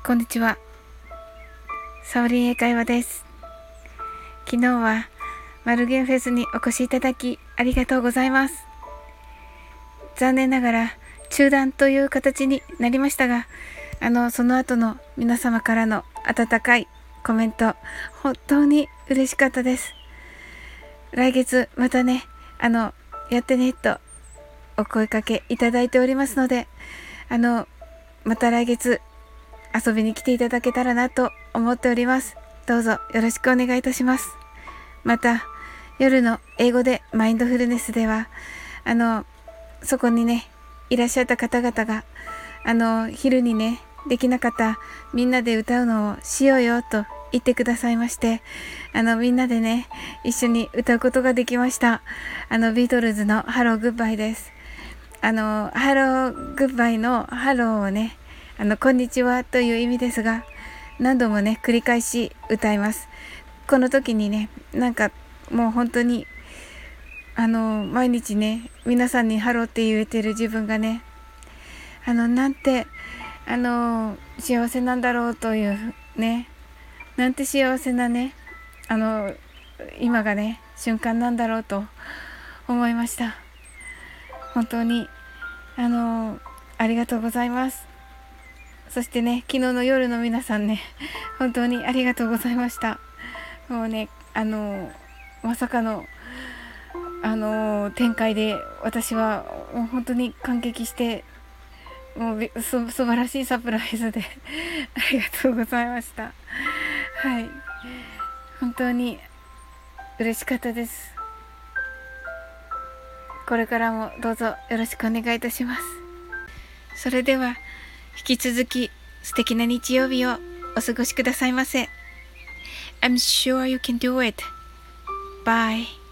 こんにちは。サオリン英会話です。昨日はマルゲンフェスにお越しいただきありがとうございます。残念ながら中断という形になりましたが、その後の皆様からの温かいコメント、本当に嬉しかったです。来月またね、やってねとお声かけいただいておりますので、また来月遊びに来ていただけたらなと思っております。どうぞよろしくお願いいたします。また夜の英語でマインドフルネスではそこにねいらっしゃった方々が昼にねできなかったみんなで歌うのをしようよと言ってくださいまして、みんなでね一緒に歌うことができました。ビートルズのハローグッバイです。ハローグッバイのハローをねこんにちはという意味ですが、何度もね繰り返し歌います。この時にねもう本当に毎日ね皆さんにハローって言えてる自分がねなんて幸せなんだろうというね、なんて幸せなね今がね瞬間なんだろうと思いました。本当にありがとうございます。そしてね昨日の夜の皆さんね本当にありがとうございました。もうねまさかの展開で私はもう本当に感激して、もう素晴らしいサプライズでありがとうございました。はい、本当に嬉しかったです。これからもどうぞよろしくお願いいたします。それでは引き続き素敵な日曜日をお過ごしくださいませ。I'm sure you can do it. Bye.